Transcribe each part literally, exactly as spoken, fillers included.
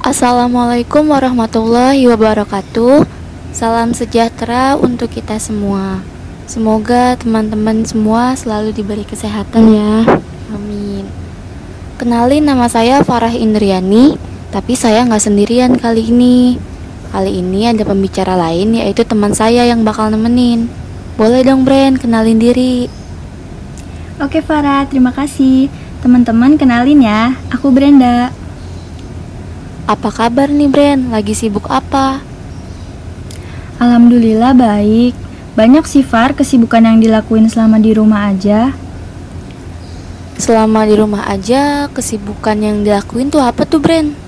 Assalamualaikum warahmatullahi wabarakatuh. Salam sejahtera untuk kita semua. Semoga teman-teman semua selalu diberi kesehatan ya. Amin. Kenalin, nama saya Farah Indriani. Tapi saya nggak sendirian kali ini. Kali ini ada pembicara lain, yaitu teman saya yang bakal nemenin. Boleh dong Bren, kenalin diri. Oke Farah, terima kasih. Teman-teman kenalin ya, aku Brenda. Apa kabar nih Bren? Lagi sibuk apa? Alhamdulillah baik. Banyak sih Far kesibukan yang dilakuin selama di rumah aja. Selama di rumah aja, kesibukan yang dilakuin tuh apa tuh Bren?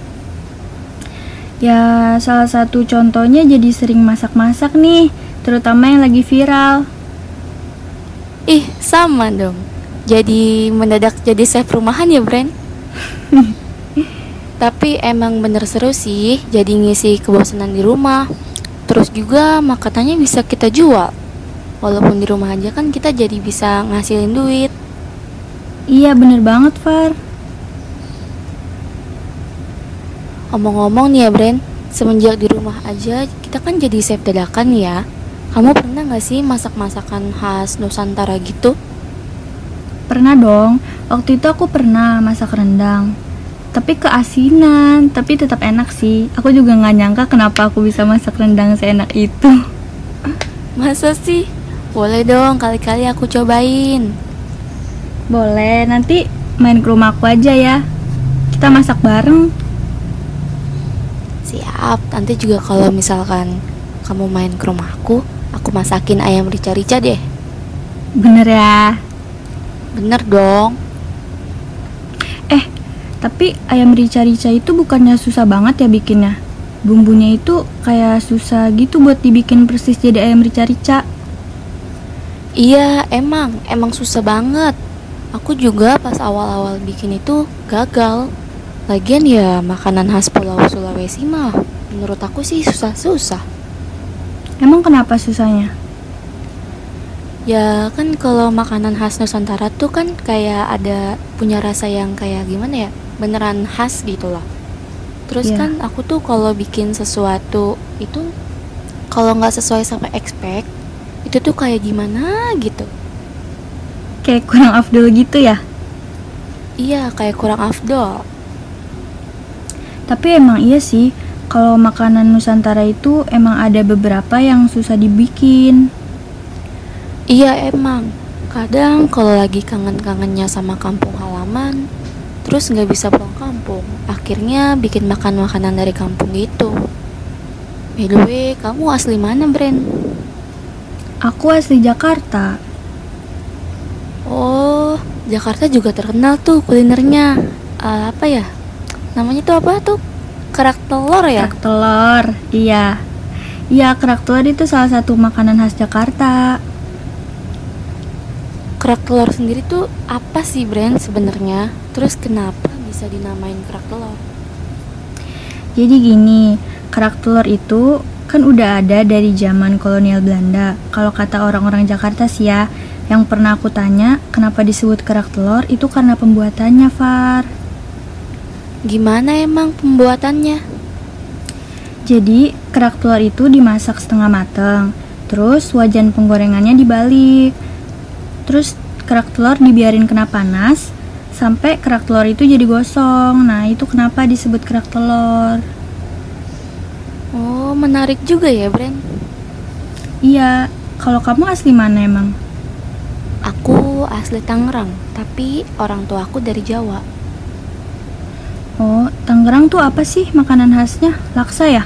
Ya salah satu contohnya jadi sering masak-masak nih, terutama yang lagi viral. Ih, sama dong. Jadi mendadak jadi chef rumahan ya Bren? Tapi emang bener seru sih, jadi ngisi kebosanan di rumah. Terus juga makanannya bisa kita jual. Walaupun di rumah aja kan kita jadi bisa ngasilin duit. Iya bener banget Far. Omong-omong nih ya Bren, semenjak di rumah aja kita kan jadi chef dadakan ya. Kamu pernah gak sih masak-masakan khas Nusantara gitu? Pernah dong, waktu itu aku pernah masak rendang. Tapi keasinan, tapi tetap enak sih. Aku juga gak nyangka kenapa aku bisa masak rendang seenak itu. Masa sih? Boleh dong, kali-kali aku cobain. Boleh, nanti main ke rumahku aja ya. Kita masak bareng. Siap, nanti juga kalau misalkan kamu main ke rumahku, aku masakin ayam rica-rica deh. Bener ya? Bener dong. Eh, tapi ayam rica-rica itu bukannya susah banget ya bikinnya? Bumbunya itu kayak susah gitu buat dibikin persis jadi ayam rica-rica. Iya, emang, emang susah banget. Aku juga pas awal-awal bikin itu gagal. Lagian ya makanan khas Pulau Sulawesi mah menurut aku sih susah-susah. Emang kenapa susahnya? Ya kan kalau makanan khas Nusantara tuh kan kayak ada punya rasa yang kayak gimana ya, beneran khas gitu loh. Terus Yeah. kan aku tuh kalau bikin sesuatu itu kalau nggak sesuai sama expect, itu tuh kayak gimana gitu. Kayak kurang afdol gitu ya? Iya, kayak kurang afdol. Tapi emang iya sih, kalau makanan Nusantara itu emang ada beberapa yang susah dibikin. Iya emang, kadang kalau lagi kangen-kangennya sama kampung halaman, terus nggak bisa pulang kampung, akhirnya bikin makan makanan dari kampung gitu. By the way, kamu asli mana Bren? Aku asli Jakarta. Oh, Jakarta juga terkenal tuh kulinernya. Uh, apa ya? Namanya tuh apa tuh? Kerak telur ya? Kerak telur, iya. Iya, kerak telur itu salah satu makanan khas Jakarta. Kerak telur sendiri tuh apa sih Bren sebenarnya? Terus kenapa bisa dinamain kerak telur? Jadi gini, kerak telur itu kan udah ada dari zaman kolonial Belanda. Kalau kata orang-orang Jakarta sih ya, yang pernah aku tanya kenapa disebut kerak telur itu karena pembuatannya, Far. Gimana emang pembuatannya? Jadi, kerak telur itu dimasak setengah mateng. Terus wajan penggorengannya dibalik. Terus kerak telur dibiarin kena panas sampai kerak telur itu jadi gosong. Nah, itu kenapa disebut kerak telur. Oh, menarik juga ya, Bren. Iya, kalau kamu asli mana emang? Aku asli Tangerang, tapi orang tua aku dari Jawa. Oh, Tangerang tuh apa sih makanan khasnya? Laksa ya?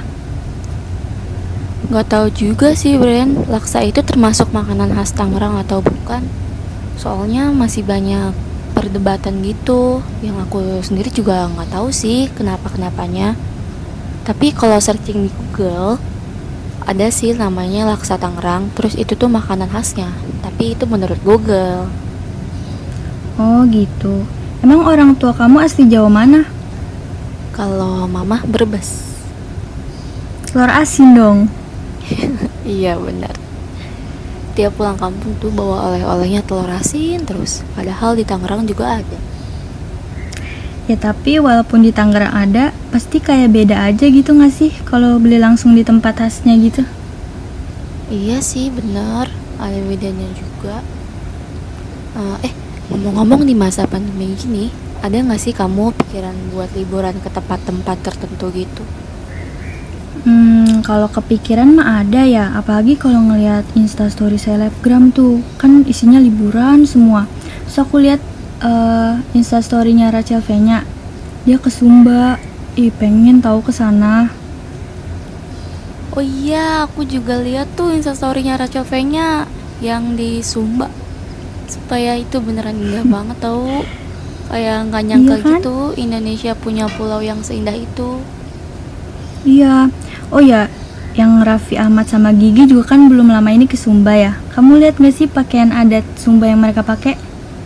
Gak tahu juga sih, Bren. Laksa itu termasuk makanan khas Tangerang atau bukan? Soalnya masih banyak perdebatan gitu. Yang aku sendiri juga gak tahu sih kenapa-kenapanya. Tapi kalau searching di Google, ada sih namanya laksa Tangerang. Terus itu tuh makanan khasnya. Tapi itu menurut Google. Oh gitu. Emang orang tua kamu asli Jawa mana? Kalau mama Brebes. Telur asin dong. Iya benar. Tiap pulang kampung tuh bawa oleh-olehnya telur asin terus. Padahal di Tangerang juga ada. Ya tapi walaupun di Tangerang ada, pasti kayak beda aja gitu gak sih kalau beli langsung di tempat khasnya gitu? Iya sih bener, ada bedanya juga. Uh, eh ngomong-ngomong, di masa pandemi gini, ada gak sih kamu pikiran buat liburan ke tempat-tempat tertentu gitu? Hmm, kalau kepikiran mah ada ya, apalagi kalau ngelihat instastory selebgram tuh, kan isinya liburan semua. Terus aku lihat uh, instastorynya Rachel V-nya, dia ke Sumba, ih pengen tahu ke sana. Oh iya, aku juga lihat tuh instastorynya Rachel V-nya yang di Sumba. Supaya itu beneran indah banget tau. Kayak nggak nyangka Iya kan? gitu Indonesia punya pulau yang seindah itu. Iya, oh ya, yang Raffi Ahmad sama Gigi juga kan belum lama ini ke Sumba ya. Kamu lihat gak sih pakaian adat Sumba yang mereka pakai?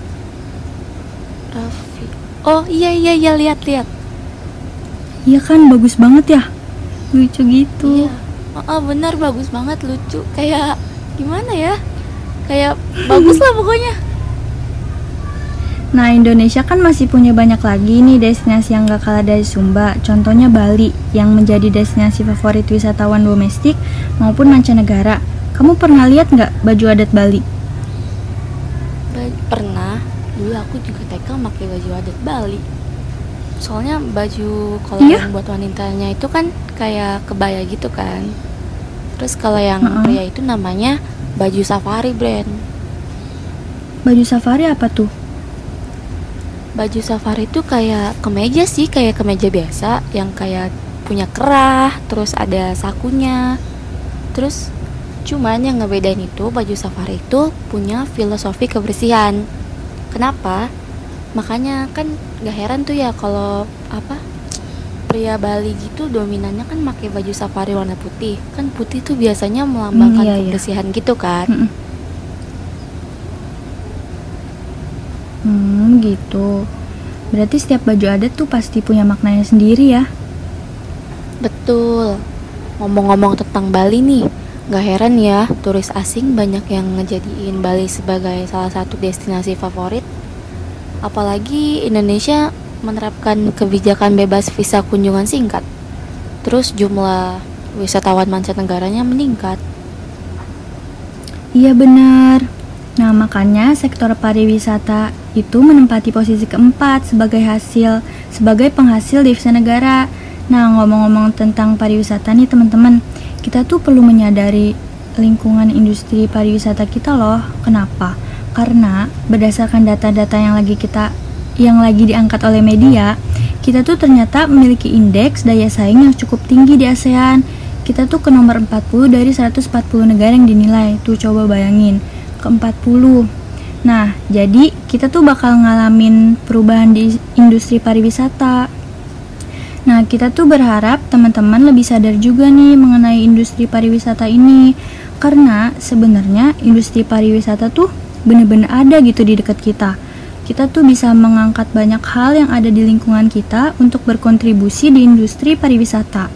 Raffi. Oh iya iya iya, lihat-lihat. Iya kan, bagus banget ya, lucu gitu. Iya. Oh, oh benar, bagus banget, lucu. Kayak gimana ya? Kayak bagus lah pokoknya. Nah, Indonesia kan masih punya banyak lagi nih destinasi yang gak kalah dari Sumba. Contohnya Bali, yang menjadi destinasi favorit wisatawan domestik maupun mancanegara. Kamu pernah lihat nggak baju adat Bali? Ba- pernah. Dulu aku juga T K pakai baju adat Bali. Soalnya baju kalau Iya? yang buat wanitanya itu kan kayak kebaya gitu kan. Terus kalau yang Uh-uh. pria itu namanya baju safari brand. Baju safari apa tuh? Baju safari itu kayak kemeja sih, kayak kemeja biasa yang kayak punya kerah, terus ada sakunya. Terus cuman yang ngebedain itu baju safari itu punya filosofi kebersihan. Kenapa? Makanya kan gak heran tuh ya kalau apa pria Bali gitu dominannya kan pakai baju safari warna putih. Kan putih tuh biasanya melambangkan Hmm, iya, iya. kebersihan gitu kan. Mm-mm. Hmm, gitu. Berarti setiap baju adat tuh pasti punya maknanya sendiri ya. Betul. Ngomong-ngomong tentang Bali nih, gak heran ya turis asing banyak yang ngejadiin Bali sebagai salah satu destinasi favorit. Apalagi Indonesia menerapkan kebijakan bebas visa kunjungan singkat. Terus jumlah wisatawan mancanegaranya meningkat. Iya benar. Nah, makanya sektor pariwisata itu menempati posisi keempat sebagai hasil sebagai penghasil devisa negara. Nah, ngomong-ngomong tentang pariwisata nih teman-teman, kita tuh perlu menyadari lingkungan industri pariwisata kita loh. Kenapa? Karena berdasarkan data-data yang lagi kita yang lagi diangkat oleh media, kita tuh ternyata memiliki indeks daya saing yang cukup tinggi di ASEAN. Kita tuh ke nomor empat puluh dari seratus empat puluh negara yang dinilai. Tuh coba bayangin, ke empat puluh. Nah, jadi kita tuh bakal ngalamin perubahan di industri pariwisata. Nah, kita tuh berharap teman-teman lebih sadar juga nih mengenai industri pariwisata ini. Karena sebenarnya industri pariwisata tuh bener-bener ada gitu di dekat kita. Kita tuh bisa mengangkat banyak hal yang ada di lingkungan kita untuk berkontribusi di industri pariwisata.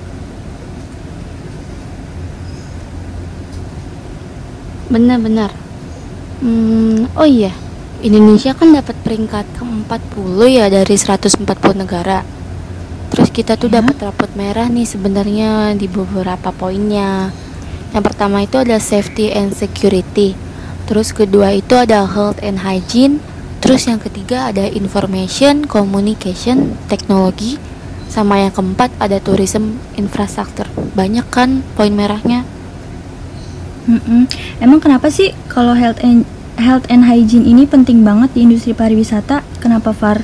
Benar-benar. Hmm, oh iya, Indonesia kan dapat peringkat ke empat puluh ya dari seratus empat puluh negara. Terus kita tuh Ya. dapat rapot merah nih sebenarnya di beberapa poinnya. Yang pertama itu ada safety and security. Terus kedua itu ada health and hygiene. Terus yang ketiga ada information, communication, technology. Sama yang keempat ada tourism infrastructure. Banyak kan poin merahnya. Mm-mm. Emang kenapa sih kalau health and health and hygiene ini penting banget di industri pariwisata? Kenapa, Far?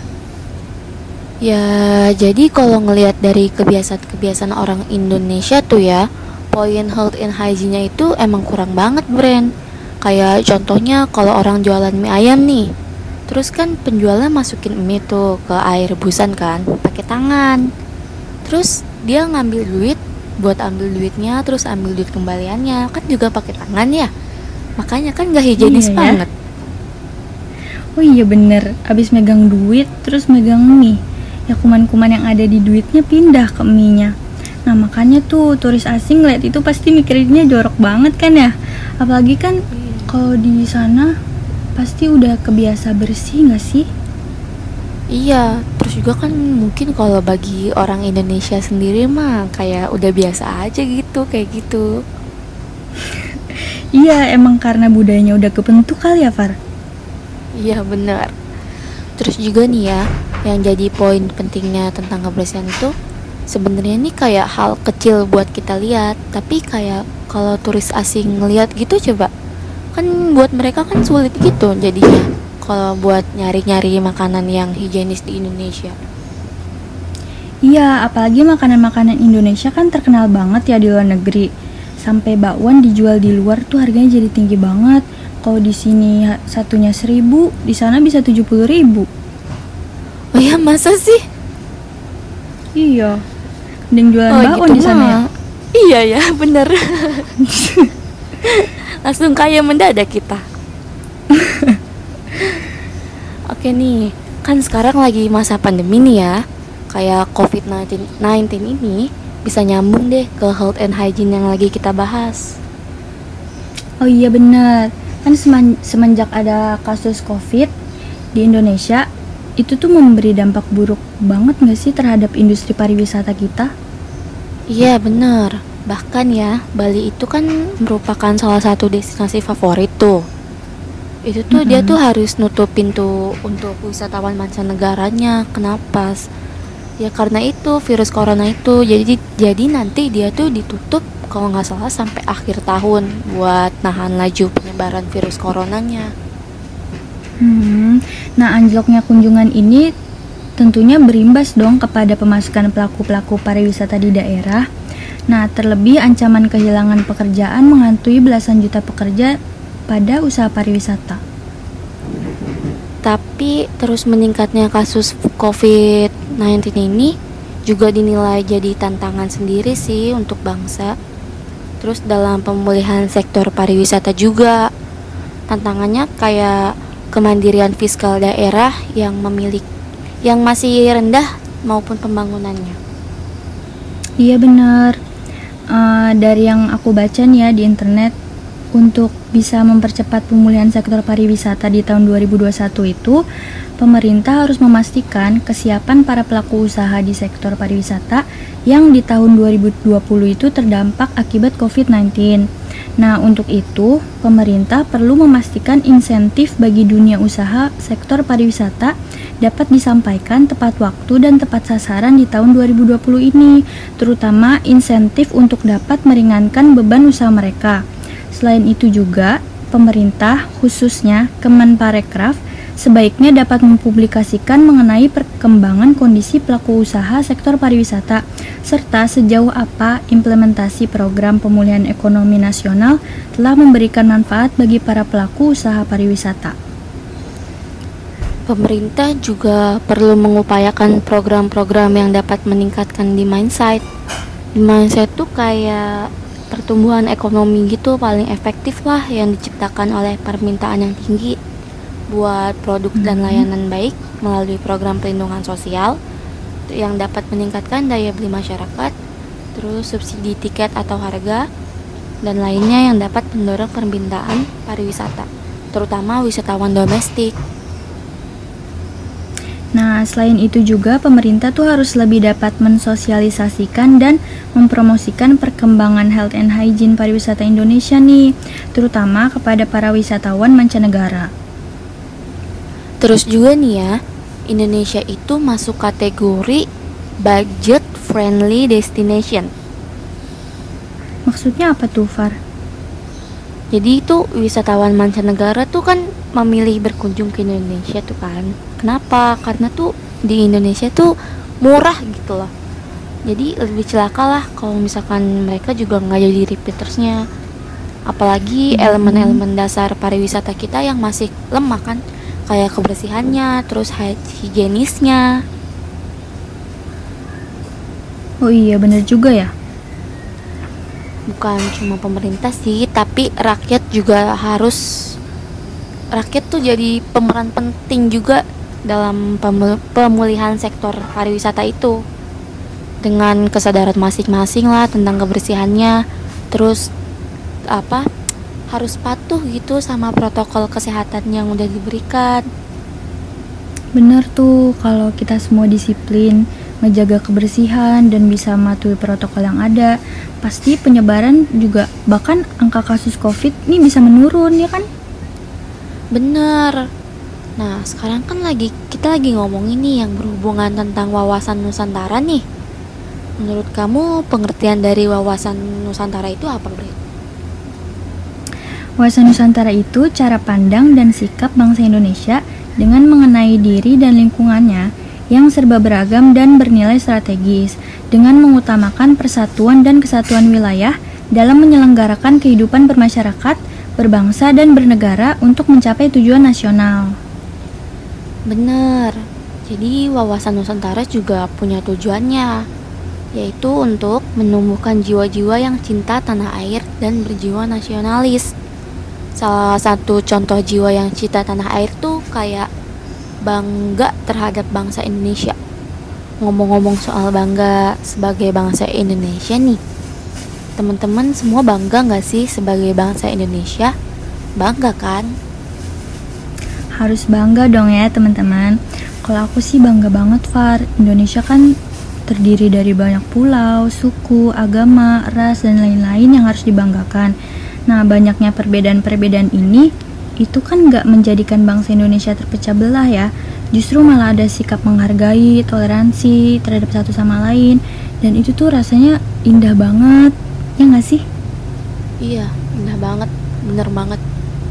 Ya, jadi kalau ngelihat dari kebiasaan-kebiasaan orang Indonesia tuh ya, poin health and hygiene-nya itu emang kurang banget, brand. Kayak contohnya kalau orang jualan mie ayam nih, terus kan penjualnya masukin mie tuh ke air rebusan kan, pakai tangan. Terus dia ngambil duit, buat ambil duitnya, terus ambil duit kembaliannya, kan juga pakai tangan ya. Makanya kan gak higienis Iya ya. banget. Oh iya bener, abis megang duit terus megang mie, ya kuman-kuman yang ada di duitnya pindah ke mie-nya. Nah makanya tuh turis asing lihat itu pasti mikirnya jorok banget kan ya. Apalagi kan kalau di sana pasti udah kebiasa bersih gak sih? Iya, terus juga kan mungkin kalau bagi orang Indonesia sendiri mah kayak udah biasa aja gitu, kayak gitu. Iya, emang karena budayanya udah kebentuk kali ya, Far. Iya benar. Terus juga nih ya, yang jadi poin pentingnya tentang kebersihan itu sebenarnya nih kayak hal kecil buat kita lihat, tapi kayak kalau turis asing ngeliat gitu coba, kan buat mereka kan sulit gitu jadinya kalau buat nyari-nyari makanan yang higienis di Indonesia. Iya, apalagi makanan-makanan Indonesia kan terkenal banget ya di luar negeri. Sampai bakwan dijual di luar tuh harganya jadi tinggi banget. Kalau di sini ha- satunya seribu, di sana bisa tujuh puluh ribu. Oh ya, masa sih? Iya, mending jualan Oh bakwan gitu di sana ya. mah. Iya ya, bener. Langsung kaya mendadak kita. Oke nih, kan sekarang lagi masa pandemi nih ya. Kayak covid sembilan belas ini bisa nyambung deh ke health and hygiene yang lagi kita bahas. Oh iya benar. Kan seman- semenjak ada kasus COVID di Indonesia, itu tuh memberi dampak buruk banget gak sih terhadap industri pariwisata kita? Iya bener. Bahkan ya, Bali itu kan merupakan salah satu destinasi favorit tuh. Itu tuh dia Mm-mm. tuh harus nutup pintu untuk wisatawan mancanegaranya. Kenapa? Ya karena itu virus corona itu. Jadi jadi nanti dia tuh ditutup kalau nggak salah sampai akhir tahun buat nahan laju penyebaran virus coronanya. Hmm. Nah, anjloknya kunjungan ini tentunya berimbas dong kepada pemasukan pelaku-pelaku pariwisata di daerah. Nah, terlebih ancaman kehilangan pekerjaan menghantui belasan juta pekerja pada usaha pariwisata. Tapi terus meningkatnya kasus covid sembilan belas ini juga dinilai jadi tantangan sendiri sih untuk bangsa. Terus dalam pemulihan sektor pariwisata juga tantangannya kayak kemandirian fiskal daerah yang memiliki yang masih rendah maupun pembangunannya. Iya benar. Eh, dari yang aku baca nih ya di internet, untuk bisa mempercepat pemulihan sektor pariwisata di tahun dua ribu dua puluh satu itu, pemerintah harus memastikan kesiapan para pelaku usaha di sektor pariwisata yang di tahun dua ribu dua puluh itu terdampak akibat covid sembilan belas. Nah, untuk itu, pemerintah perlu memastikan insentif bagi dunia usaha sektor pariwisata dapat disampaikan tepat waktu dan tepat sasaran di tahun dua ribu dua puluh ini, terutama insentif untuk dapat meringankan beban usaha mereka. Selain itu juga, pemerintah khususnya Kemenparekraf sebaiknya dapat mempublikasikan mengenai perkembangan kondisi pelaku usaha sektor pariwisata serta sejauh apa implementasi program pemulihan ekonomi nasional telah memberikan manfaat bagi para pelaku usaha pariwisata. Pemerintah juga perlu mengupayakan program-program yang dapat meningkatkan demand side. Demand side tuh kayak pertumbuhan ekonomi gitu paling efektif lah yang diciptakan oleh permintaan yang tinggi buat produk dan layanan baik melalui program perlindungan sosial yang dapat meningkatkan daya beli masyarakat, terus subsidi tiket atau harga, dan lainnya yang dapat mendorong permintaan pariwisata, terutama wisatawan domestik. Nah, selain itu juga pemerintah tuh harus lebih dapat mensosialisasikan dan mempromosikan perkembangan health and hygiene pariwisata Indonesia nih, terutama kepada para wisatawan mancanegara. Terus juga nih ya, Indonesia itu masuk kategori budget friendly destination. Maksudnya apa tuh, Far? Jadi itu wisatawan mancanegara tuh kan memilih berkunjung ke Indonesia tuh kan. Kenapa? Karena tuh di Indonesia tuh murah gitu loh. Jadi lebih celaka lah kalau misalkan mereka juga nggak jadi repeatersnya. Apalagi elemen-elemen dasar pariwisata kita yang masih lemah kan, kayak kebersihannya, terus higienisnya. Oh iya, bener juga ya. Bukan cuma pemerintah sih, tapi rakyat juga harus rakyat tuh jadi pemeran penting juga dalam pemul- pemulihan sektor pariwisata itu, dengan kesadaran masing-masing lah tentang kebersihannya, terus apa harus patuh gitu sama protokol kesehatan yang udah diberikan. Bener tuh, kalau kita semua disiplin, ngejaga kebersihan dan bisa mematuhi protokol yang ada, pasti penyebaran juga bahkan angka kasus COVID ini bisa menurun ya kan? Bener. Nah, sekarang kan lagi kita lagi ngomongin nih yang berhubungan tentang wawasan Nusantara nih. Menurut kamu pengertian dari wawasan Nusantara itu apa, Bre? Wawasan Nusantara itu cara pandang dan sikap bangsa Indonesia dengan mengenai diri dan lingkungannya yang serba beragam dan bernilai strategis, dengan mengutamakan persatuan dan kesatuan wilayah dalam menyelenggarakan kehidupan bermasyarakat, berbangsa, dan bernegara untuk mencapai tujuan nasional. Bener. Jadi wawasan Nusantara juga punya tujuannya, yaitu untuk menumbuhkan jiwa-jiwa yang cinta tanah air dan berjiwa nasionalis. Salah satu contoh jiwa yang cinta tanah air tuh kayak bangga terhadap bangsa Indonesia. Ngomong-ngomong soal bangga sebagai bangsa Indonesia nih, teman-teman semua bangga gak sih sebagai bangsa Indonesia? Bangga kan? Harus bangga dong ya teman-teman. Kalau aku sih bangga banget, Far. Indonesia kan terdiri dari banyak pulau, suku, agama, ras, dan lain-lain yang harus dibanggakan. Nah, banyaknya perbedaan-perbedaan ini itu kan gak menjadikan bangsa Indonesia terpecah belah ya. Justru malah ada sikap menghargai, toleransi terhadap satu sama lain. Dan itu tuh rasanya indah banget. Ya gak sih? Iya, indah banget, bener banget.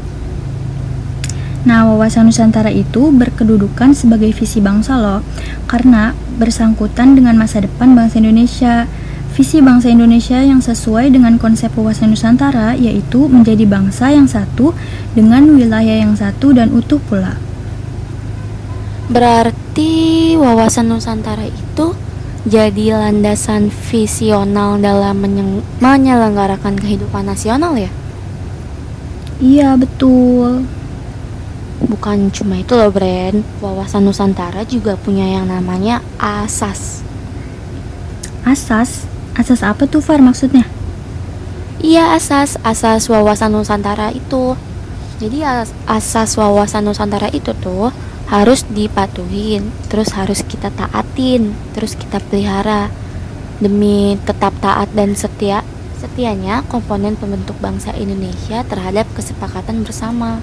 Nah, wawasan Nusantara itu berkedudukan sebagai visi bangsa loh, karena bersangkutan dengan masa depan bangsa Indonesia. Visi bangsa Indonesia yang sesuai dengan konsep wawasan Nusantara yaitu menjadi bangsa yang satu dengan wilayah yang satu dan utuh pula. Berarti wawasan Nusantara itu jadi landasan visional dalam menye- menyelenggarakan kehidupan nasional ya? Iya, betul. Bukan cuma itu loh, Bren. Wawasan Nusantara juga punya yang namanya asas. Asas? Asas apa tuh, Far, maksudnya? Iya, asas. Asas wawasan Nusantara itu. Jadi as- asas wawasan Nusantara itu tuh harus dipatuhin, terus harus kita taatin, terus kita pelihara. Demi tetap taat dan setia, setianya komponen pembentuk bangsa Indonesia terhadap kesepakatan bersama.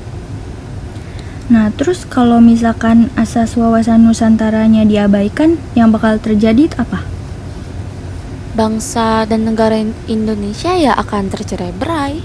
Nah, terus kalau misalkan asas wawasan Nusantaranya diabaikan, yang bakal terjadi itu apa? Bangsa dan negara Indonesia ya akan tercerai-berai.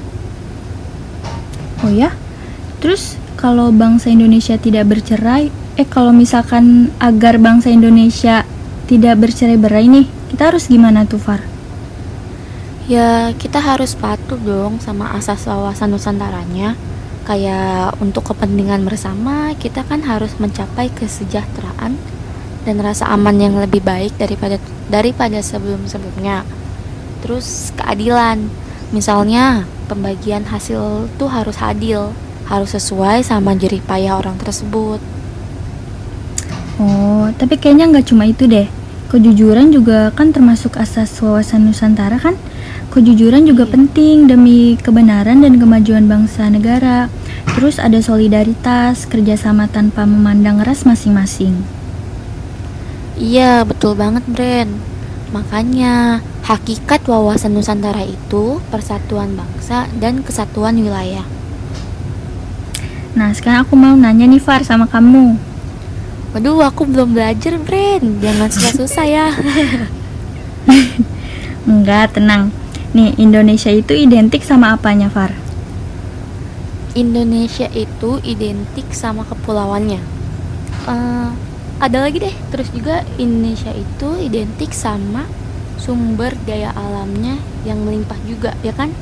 Oh ya? Terus kalau bangsa Indonesia tidak bercerai, eh kalau misalkan agar bangsa Indonesia tidak bercerai-berai nih, kita harus gimana tuh, Far? Ya, kita harus patuh dong sama asas wawasan Nusantaranya. Kayak untuk kepentingan bersama, kita kan harus mencapai kesejahteraan dan rasa aman yang lebih baik daripada daripada sebelum-sebelumnya. Terus keadilan, misalnya pembagian hasil tuh harus adil, harus sesuai sama jerih payah orang tersebut. Oh, tapi kayaknya nggak cuma itu deh. Kejujuran juga kan termasuk asas wawasan Nusantara kan? Kejujuran juga Iya. penting demi kebenaran dan kemajuan bangsa negara. Terus ada solidaritas, kerjasama tanpa memandang ras masing-masing. Iya, betul banget, Bren. Makanya, hakikat wawasan Nusantara itu persatuan bangsa dan kesatuan wilayah. Nah, sekarang aku mau nanya nih, Far, sama kamu. Waduh, aku belum belajar, Bren. Jangan susah-susah ya. Enggak, tenang. Nih, Indonesia itu identik sama apanya, Far? Indonesia itu identik sama kepulauannya. Eh, ada lagi deh. Terus juga Indonesia itu identik sama sumber daya alamnya yang melimpah juga, ya kan?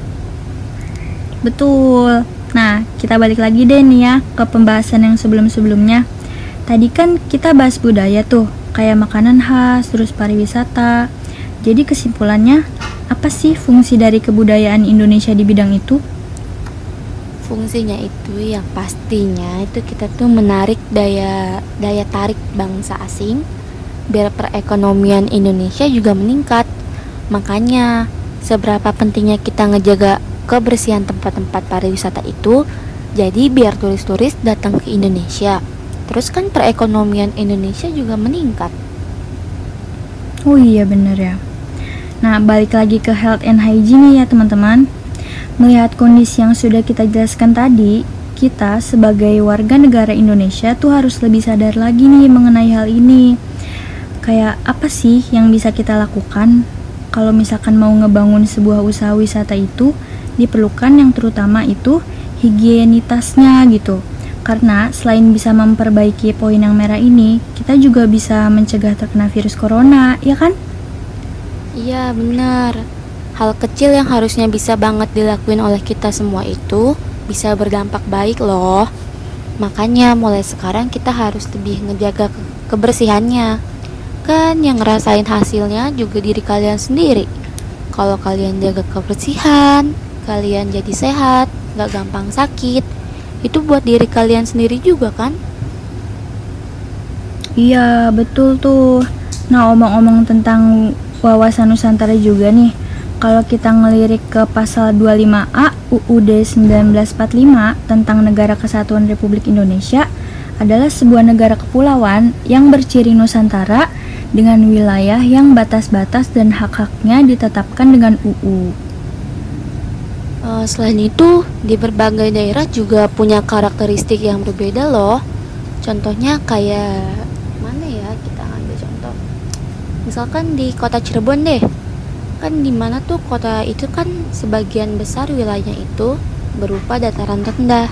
Betul. Nah, kita balik lagi deh nih ya ke pembahasan yang sebelum-sebelumnya. Tadi kan kita bahas budaya tuh, kayak makanan khas, terus pariwisata. Jadi kesimpulannya, apa sih fungsi dari kebudayaan Indonesia di bidang itu? Fungsinya itu yang pastinya itu kita tuh menarik daya daya tarik bangsa asing biar perekonomian Indonesia juga meningkat. Makanya seberapa pentingnya kita ngejaga kebersihan tempat-tempat pariwisata itu, jadi biar turis-turis datang ke Indonesia. Terus kan perekonomian Indonesia juga meningkat. Oh iya bener ya. Nah, balik lagi ke health and hygiene ya teman-teman. Melihat kondisi yang sudah kita jelaskan tadi, kita sebagai warga negara Indonesia tuh harus lebih sadar lagi nih mengenai hal ini. Kayak apa sih yang bisa kita lakukan kalau misalkan mau ngebangun sebuah usaha wisata itu, diperlukan yang terutama itu higienitasnya gitu. Karena selain bisa memperbaiki poin yang merah ini, kita juga bisa mencegah terkena virus corona, ya kan? Iya benar. Hal kecil yang harusnya bisa banget dilakuin oleh kita semua itu bisa berdampak baik loh. Makanya mulai sekarang kita harus lebih ngejaga ke- kebersihannya. Kan yang ngerasain hasilnya juga diri kalian sendiri. Kalau kalian jaga kebersihan, kalian jadi sehat, gak gampang sakit. Itu buat diri kalian sendiri juga kan? Iya, betul tuh. Nah, omong-omong tentang wawasan Nusantara juga nih. Kalau kita ngelirik ke pasal dua puluh lima A U U D seribu sembilan ratus empat puluh lima tentang Negara Kesatuan Republik Indonesia adalah sebuah negara kepulauan yang berciri Nusantara dengan wilayah yang batas-batas dan hak-haknya ditetapkan dengan U U. Uh, selain itu, di berbagai daerah juga punya karakteristik yang berbeda loh. Contohnya kayak mana ya, kita ambil contoh. Misalkan di kota Cirebon deh. Kan dimana tuh kota itu kan sebagian besar wilayahnya itu berupa dataran rendah.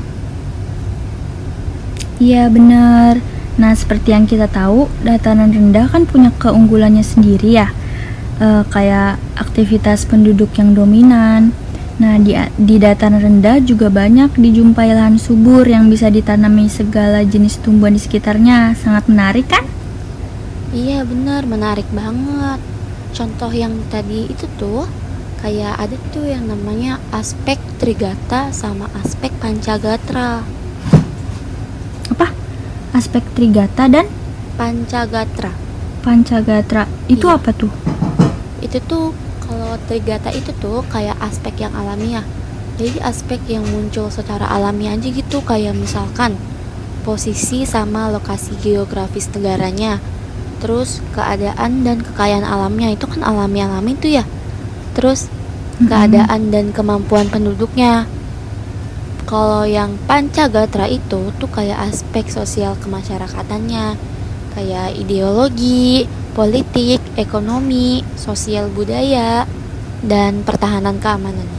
Iya benar. Nah, seperti yang kita tahu, dataran rendah kan punya keunggulannya sendiri ya. E, kayak aktivitas penduduk yang dominan. Nah, di, di dataran rendah juga banyak dijumpai lahan subur yang bisa ditanami segala jenis tumbuhan di sekitarnya. Sangat menarik kan? Iya benar, menarik banget. Contoh yang tadi itu tuh kayak ada tuh yang namanya aspek Trigata sama aspek Pancagatra. Apa? Aspek Trigata dan Pancagatra. Pancagatra. Itu Iya. apa tuh? Itu tuh kalau Trigata itu tuh kayak aspek yang alamiah. Jadi aspek yang muncul secara alami aja gitu, kayak misalkan posisi sama lokasi geografis negaranya. Terus keadaan dan kekayaan alamnya itu kan alami-alami tuh ya. Terus keadaan dan kemampuan penduduknya. Kalau yang Pancagatra itu tuh kayak aspek sosial kemasyarakatannya, kayak ideologi, politik, ekonomi, sosial budaya, dan pertahanan keamanannya.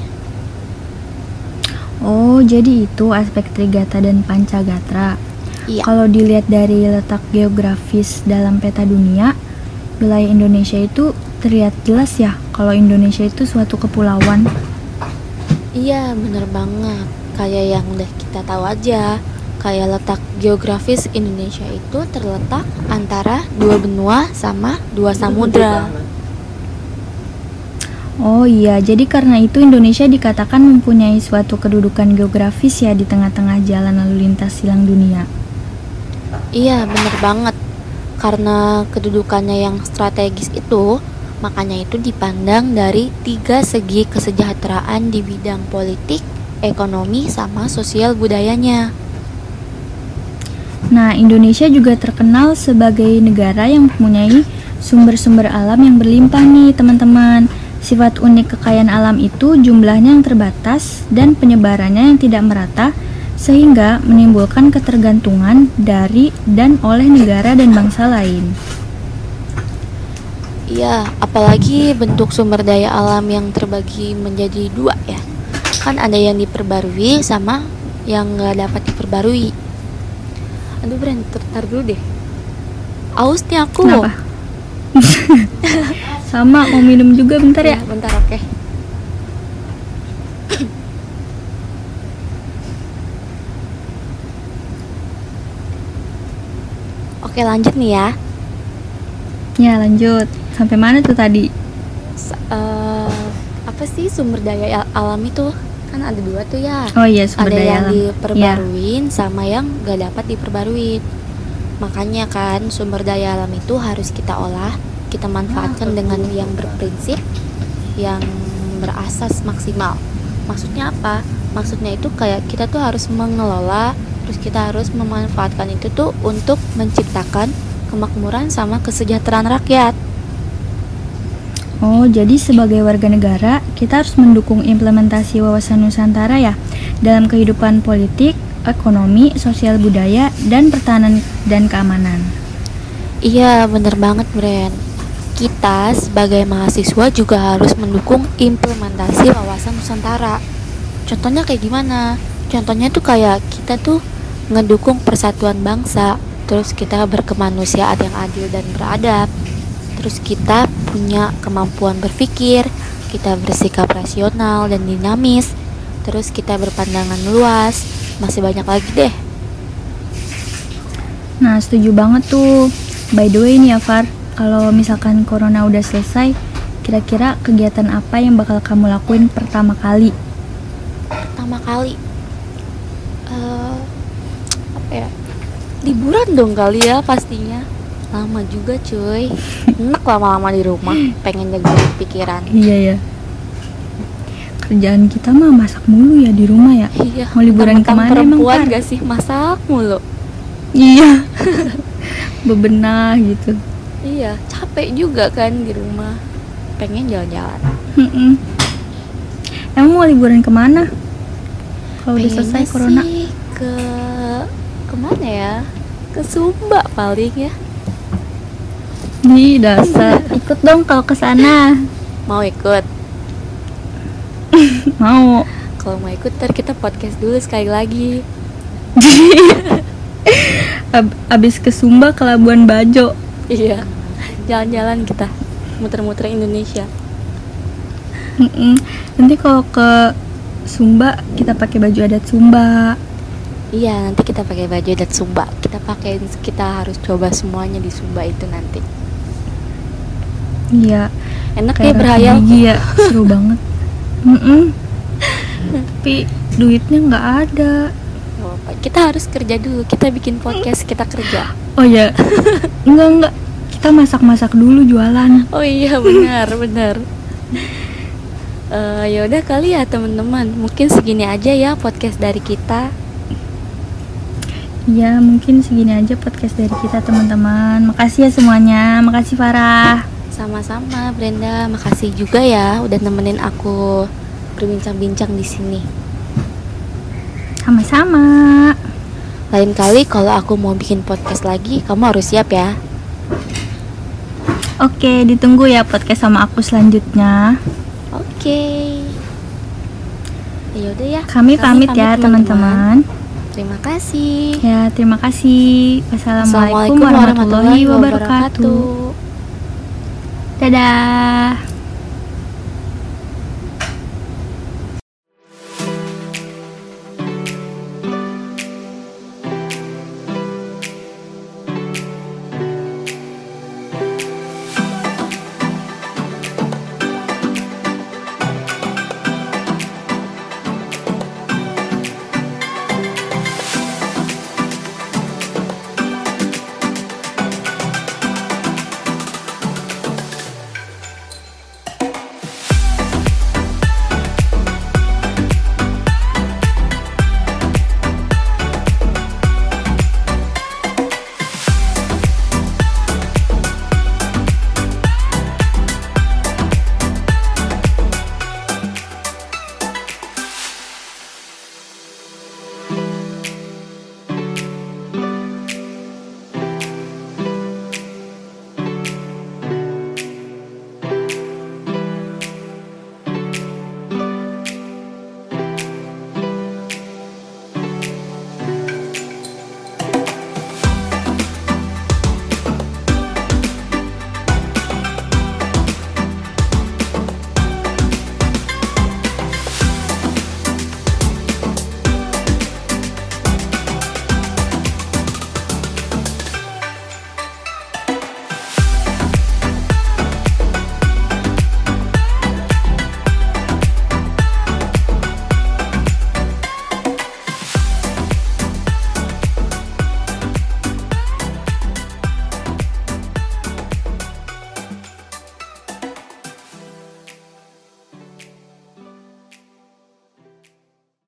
Oh, jadi itu aspek Trigata dan Pancagatra. Iya. Kalau dilihat dari letak geografis dalam peta dunia, wilayah Indonesia itu terlihat jelas ya kalau Indonesia itu suatu kepulauan. Iya, bener banget. Kayak yang udah kita tahu aja, kayak letak geografis Indonesia itu terletak antara dua benua sama dua samudra. Oh iya, jadi karena itu Indonesia dikatakan mempunyai suatu kedudukan geografis ya di tengah-tengah jalan lalu lintas silang dunia. Iya, bener banget. Karena kedudukannya yang strategis itu, makanya itu dipandang dari tiga segi kesejahteraan di bidang politik, ekonomi, sama sosial budayanya. Nah, Indonesia juga terkenal sebagai negara yang mempunyai sumber-sumber alam yang berlimpah nih teman-teman. Sifat unik kekayaan alam itu jumlahnya yang terbatas dan penyebarannya yang tidak merata, sehingga menimbulkan ketergantungan dari dan oleh negara dan bangsa lain. Iya, apalagi bentuk sumber daya alam yang terbagi menjadi dua ya. Kan ada yang diperbarui sama yang nggak dapat diperbarui. Aduh, Bren, tertar dulu deh. Aus nih aku. Kenapa? Sama, mau minum juga bentar ya. Ya, bentar, oke. Oke, lanjut nih ya. Ya, lanjut. Sampai mana tuh tadi? S- eh, apa sih sumber daya al- alam itu? Kan ada dua tuh ya. Oh iya, sumber Ada daya yang alam. diperbaruin sama yang gak dapat diperbaruin. Makanya kan sumber daya alam itu harus kita olah, kita manfaatkan dengan yang berprinsip, yang berasas maksimal. Maksudnya apa? Maksudnya itu kayak kita tuh harus mengelola Terus kita harus memanfaatkan itu tuh untuk menciptakan kemakmuran sama kesejahteraan rakyat. Oh, jadi sebagai warga negara, kita harus mendukung implementasi wawasan Nusantara ya dalam kehidupan politik, ekonomi, sosial budaya, dan pertahanan dan keamanan. Iya, bener banget, Bren. Kita sebagai mahasiswa juga harus mendukung implementasi wawasan Nusantara. Contohnya kayak gimana? Contohnya tuh kayak kita tuh ngedukung persatuan bangsa, terus kita berkemanusiaan yang adil dan beradab, terus kita punya kemampuan berpikir, kita bersikap rasional dan dinamis, terus kita berpandangan luas, masih banyak lagi deh. Nah, setuju banget tuh. By the way nih ya Far, kalau misalkan corona udah selesai, kira-kira kegiatan apa yang bakal kamu lakuin pertama kali? Pertama kali uh, apa ya, liburan dong kali ya pastinya. Lama juga cuy, enak lama-lama di rumah, pengen jaga pikiran. Iya ya, kerjaan kita mah masak mulu ya di rumah ya. Iya, mau liburan kemana emang perempuan Far? gak sih, masak mulu. Iya. Bebenah gitu. Iya, capek juga kan di rumah, pengen jalan-jalan. Mm-mm. Emang mau liburan kemana? Kalau udah Pengennya selesai corona? sih ke kemana ya? Ke Sumba paling ya. Ih, dasar. Ikut dong kalau ke sana. Mau ikut? Mau. Kalau mau ikut ntar kita podcast dulu sekali lagi. Ab- abis ke Sumba ke Labuan Bajo. Iya, jalan-jalan kita, muter-muter Indonesia. Mm-mm. Nanti kalau ke Sumba kita pakai baju adat Sumba. Iya, nanti kita pakai baju adat Sumba. Kita pakai, kita harus coba semuanya di Sumba itu nanti. Iya. Enak ya Kayak berhayal. roti gigi ya, seru banget. Mm-mm. Tapi duitnya nggak ada. Gak apa-apa, kita harus kerja dulu. Kita bikin podcast, kita kerja. Oh ya, enggak enggak. Kita masak-masak dulu jualan. Oh iya, benar benar. Uh, ya udah kali ya teman-teman. Mungkin segini aja ya podcast dari kita. Ya mungkin segini aja podcast dari kita teman-teman. Makasih ya semuanya. Makasih Farah. Sama-sama Brenda, makasih juga ya udah nemenin aku berbincang-bincang di sini. Sama-sama. Lain kali kalau aku mau bikin podcast lagi, kamu harus siap ya. Oke, ditunggu ya podcast sama aku selanjutnya. Oke. Ya udah ya. Kami, Kami pamit, pamit ya teman-teman. Terima kasih. Ya, terima kasih. Wassalamualaikum warahmatullahi wabarakatuh. Dadah.